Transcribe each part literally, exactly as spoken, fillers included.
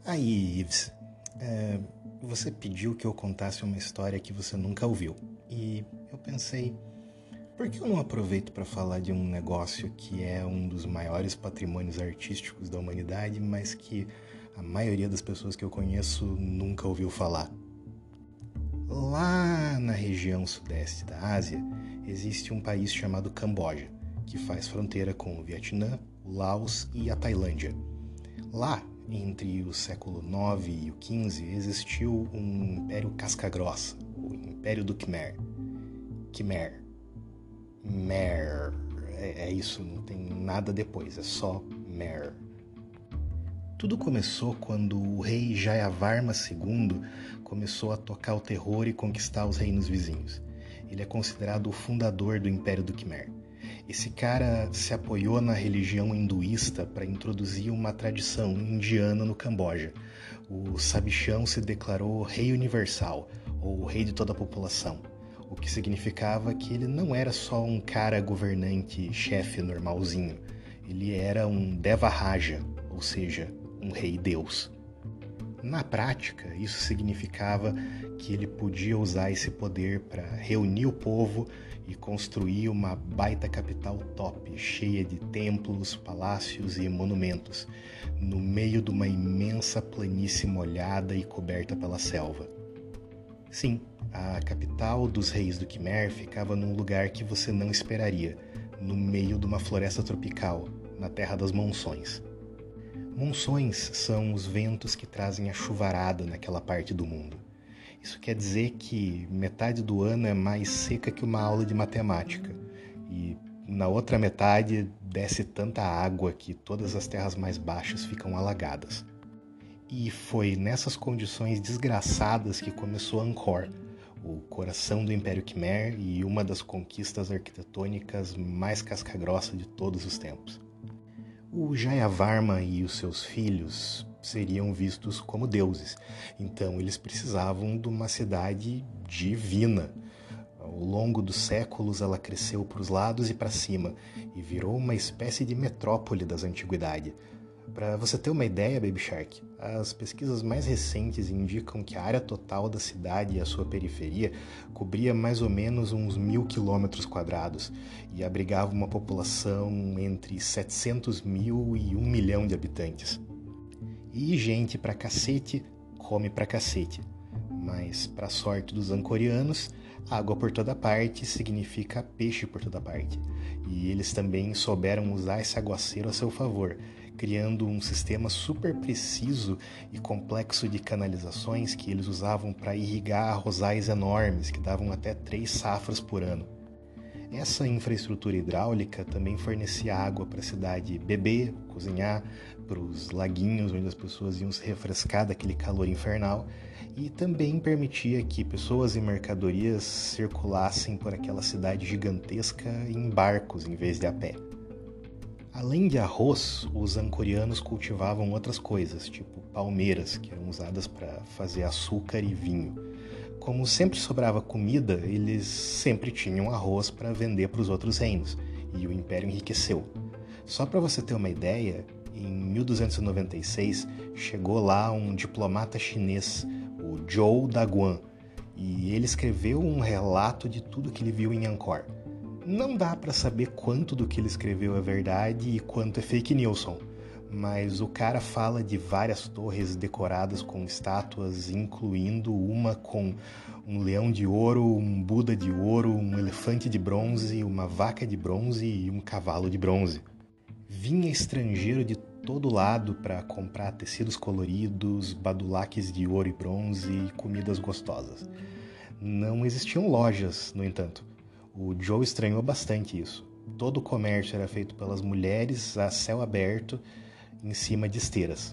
Aí, Ives, é, você pediu que eu contasse uma história que você nunca ouviu. E eu pensei, por que eu não aproveito para falar de um negócio que é um dos maiores patrimônios artísticos da humanidade, mas que a maioria das pessoas que eu conheço nunca ouviu falar? Lá na região sudeste da Ásia, existe um país chamado Camboja, que faz fronteira com o Vietnã, o Laos e a Tailândia. Lá, entre o século nove e o quinze, existiu um império casca-grossa, o Império do Khmer. Khmer. Mer. É, é isso, não tem nada depois, é só Mer. Tudo começou quando o rei Jayavarma segundo começou a tocar o terror e conquistar os reinos vizinhos. Ele é considerado o fundador do Império do Khmer. Esse cara se apoiou na religião hinduísta para introduzir uma tradição indiana no Camboja. O sabichão se declarou rei universal, ou rei de toda a população, o que significava que ele não era só um cara governante, chefe normalzinho. Ele era um Deva Raja, ou seja, um rei-deus. Na prática, isso significava que ele podia usar esse poder para reunir o povo e construir uma baita capital top, cheia de templos, palácios e monumentos, no meio de uma imensa planície molhada e coberta pela selva. Sim, a capital dos reis do Khmer ficava num lugar que você não esperaria, no meio de uma floresta tropical, na terra das monções. Monções são os ventos que trazem a chuvarada naquela parte do mundo. Isso quer dizer que metade do ano é mais seca que uma aula de matemática. E na outra metade desce tanta água que todas as terras mais baixas ficam alagadas. E foi nessas condições desgraçadas que começou Angkor, o coração do Império Khmer e uma das conquistas arquitetônicas mais casca-grossa de todos os tempos. O Jayavarma e os seus filhos seriam vistos como deuses, então eles precisavam de uma cidade divina. Ao longo dos séculos ela cresceu para os lados e para cima e virou uma espécie de metrópole das antiguidades. Para você ter uma ideia, Baby Shark, as pesquisas mais recentes indicam que a área total da cidade e a sua periferia cobria mais ou menos uns mil quilômetros quadrados e abrigava uma população entre setecentos mil e um milhão de habitantes. E gente pra cacete come pra cacete, mas pra sorte dos ancorianos, água por toda parte significa peixe por toda parte. E eles também souberam usar esse aguaceiro a seu favor, criando um sistema super preciso e complexo de canalizações que eles usavam para irrigar arrozais enormes, que davam até três safras por ano. Essa infraestrutura hidráulica também fornecia água para a cidade beber, cozinhar, para os laguinhos onde as pessoas iam se refrescar daquele calor infernal, e também permitia que pessoas e mercadorias circulassem por aquela cidade gigantesca em barcos em vez de a pé. Além de arroz, os ancorianos cultivavam outras coisas, tipo palmeiras, que eram usadas para fazer açúcar e vinho. Como sempre sobrava comida, eles sempre tinham arroz para vender para os outros reinos, e o império enriqueceu. Só para você ter uma ideia, em mil duzentos e noventa e seis chegou lá um diplomata chinês, o Zhou Daguan, e ele escreveu um relato de tudo que ele viu em Angkor. Não dá para saber quanto do que ele escreveu é verdade e quanto é fake news, mas o cara fala de várias torres decoradas com estátuas, incluindo uma com um leão de ouro, um Buda de ouro, um elefante de bronze, uma vaca de bronze e um cavalo de bronze. Vinha estrangeiro de todo lado para comprar tecidos coloridos, badulaques de ouro e bronze e comidas gostosas. Não existiam lojas, no entanto. O Joe estranhou bastante isso. Todo o comércio era feito pelas mulheres a céu aberto, em cima de esteiras.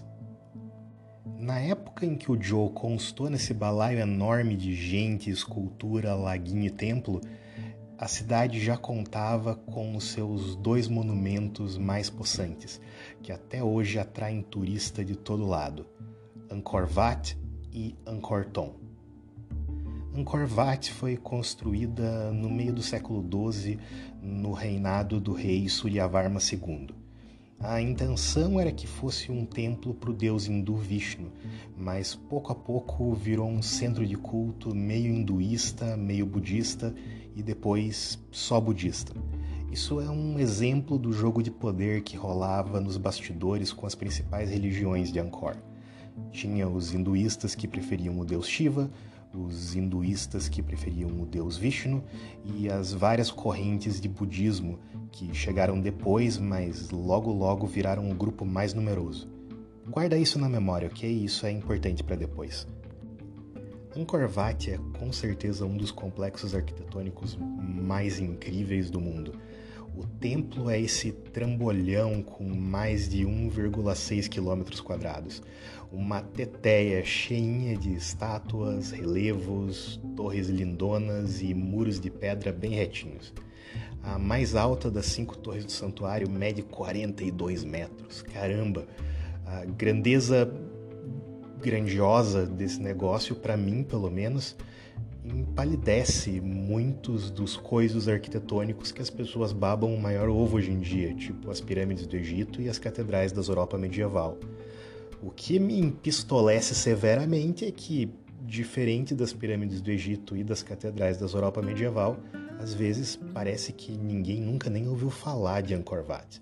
Na época em que o Joe constou nesse balaio enorme de gente, escultura, laguinho e templo, a cidade já contava com os seus dois monumentos mais possantes, que até hoje atraem turista de todo lado, Angkor Wat e Angkor Thom. Angkor Wat foi construída no meio do século doze, no reinado do rei Suryavarma segundo. A intenção era que fosse um templo para o deus hindu Vishnu, mas pouco a pouco virou um centro de culto meio hinduísta, meio budista e depois só budista. Isso é um exemplo do jogo de poder que rolava nos bastidores com as principais religiões de Angkor. Tinha os hinduístas que preferiam o deus Shiva, os hinduístas que preferiam o deus Vishnu e as várias correntes de budismo que chegaram depois, mas logo logo viraram um grupo mais numeroso. Guarda isso na memória, ok? Isso é importante para depois. Angkor Wat é com certeza um dos complexos arquitetônicos mais incríveis do mundo. O templo é esse trambolhão com mais de um vírgula seis quilômetros quadrados, uma teteia cheinha de estátuas, relevos, torres lindonas e muros de pedra bem retinhos. A mais alta das cinco torres do santuário mede quarenta e dois metros. Caramba! A grandeza grandiosa desse negócio, para mim pelo menos, empalidece muitos dos coisos arquitetônicos que as pessoas babam o maior ovo hoje em dia, tipo as pirâmides do Egito e as catedrais da Europa medieval. O que me empistolece severamente é que, diferente das pirâmides do Egito e das catedrais da Europa medieval, às vezes parece que ninguém nunca nem ouviu falar de Angkor Wat.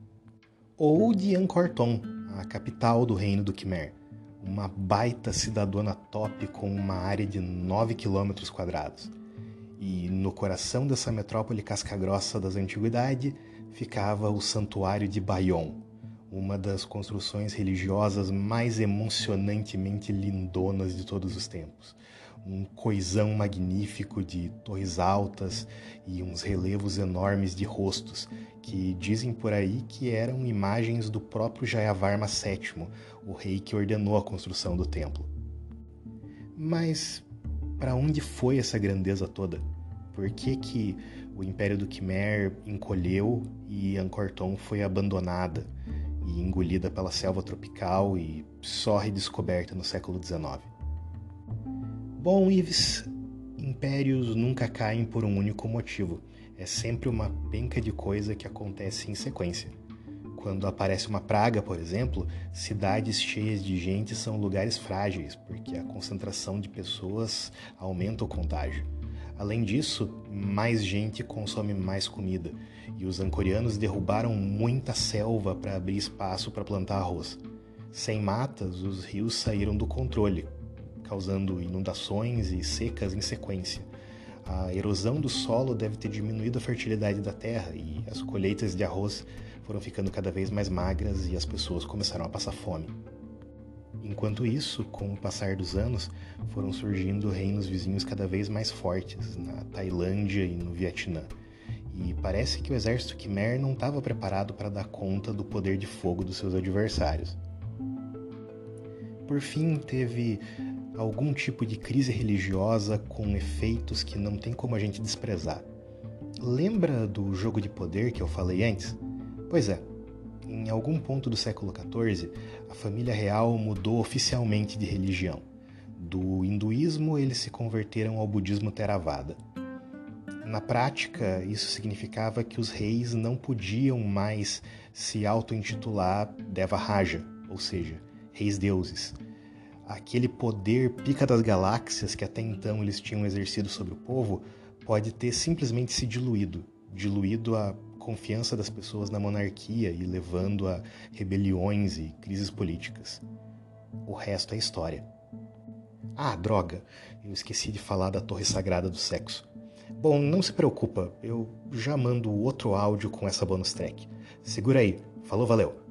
Ou de Angkor Thom, a capital do reino do Khmer. Uma baita cidadona top com uma área de nove quilômetros quadrados. E no coração dessa metrópole casca-grossa das antiguidades ficava o Santuário de Bayon, uma das construções religiosas mais emocionantemente lindonas de todos os tempos. Um coisão magnífico de torres altas e uns relevos enormes de rostos, que dizem por aí que eram imagens do próprio Jayavarma sétimo, o rei que ordenou a construção do templo. Mas para onde foi essa grandeza toda? Por que que o Império do Khmer encolheu e Angkor Thom foi abandonada e engolida pela selva tropical e só redescoberta no século dezenove? Bom, Ives, impérios nunca caem por um único motivo. É sempre uma penca de coisa que acontece em sequência. Quando aparece uma praga, por exemplo, cidades cheias de gente são lugares frágeis, porque a concentração de pessoas aumenta o contágio. Além disso, mais gente consome mais comida, e os angkorianos derrubaram muita selva para abrir espaço para plantar arroz. Sem matas, os rios saíram do controle, causando inundações e secas em sequência. A erosão do solo deve ter diminuído a fertilidade da terra e as colheitas de arroz foram ficando cada vez mais magras e as pessoas começaram a passar fome. Enquanto isso, com o passar dos anos, foram surgindo reinos vizinhos cada vez mais fortes, na Tailândia e no Vietnã. E parece que o exército Khmer não estava preparado para dar conta do poder de fogo dos seus adversários. Por fim, teve algum tipo de crise religiosa com efeitos que não tem como a gente desprezar. Lembra do jogo de poder que eu falei antes? Pois é, em algum ponto do século quatorze, a família real mudou oficialmente de religião. Do hinduísmo, eles se converteram ao budismo Theravada. Na prática, isso significava que os reis não podiam mais se auto-intitular Deva-Raja, ou seja, reis-deuses. Aquele poder pica das galáxias que até então eles tinham exercido sobre o povo pode ter simplesmente se diluído, diluído a confiança das pessoas na monarquia e levando a rebeliões e crises políticas. O resto é história. Ah, droga, eu esqueci de falar da Torre Sagrada do Sexo. Bom, não se preocupa, eu já mando outro áudio com essa bonus track. Segura aí, falou, valeu!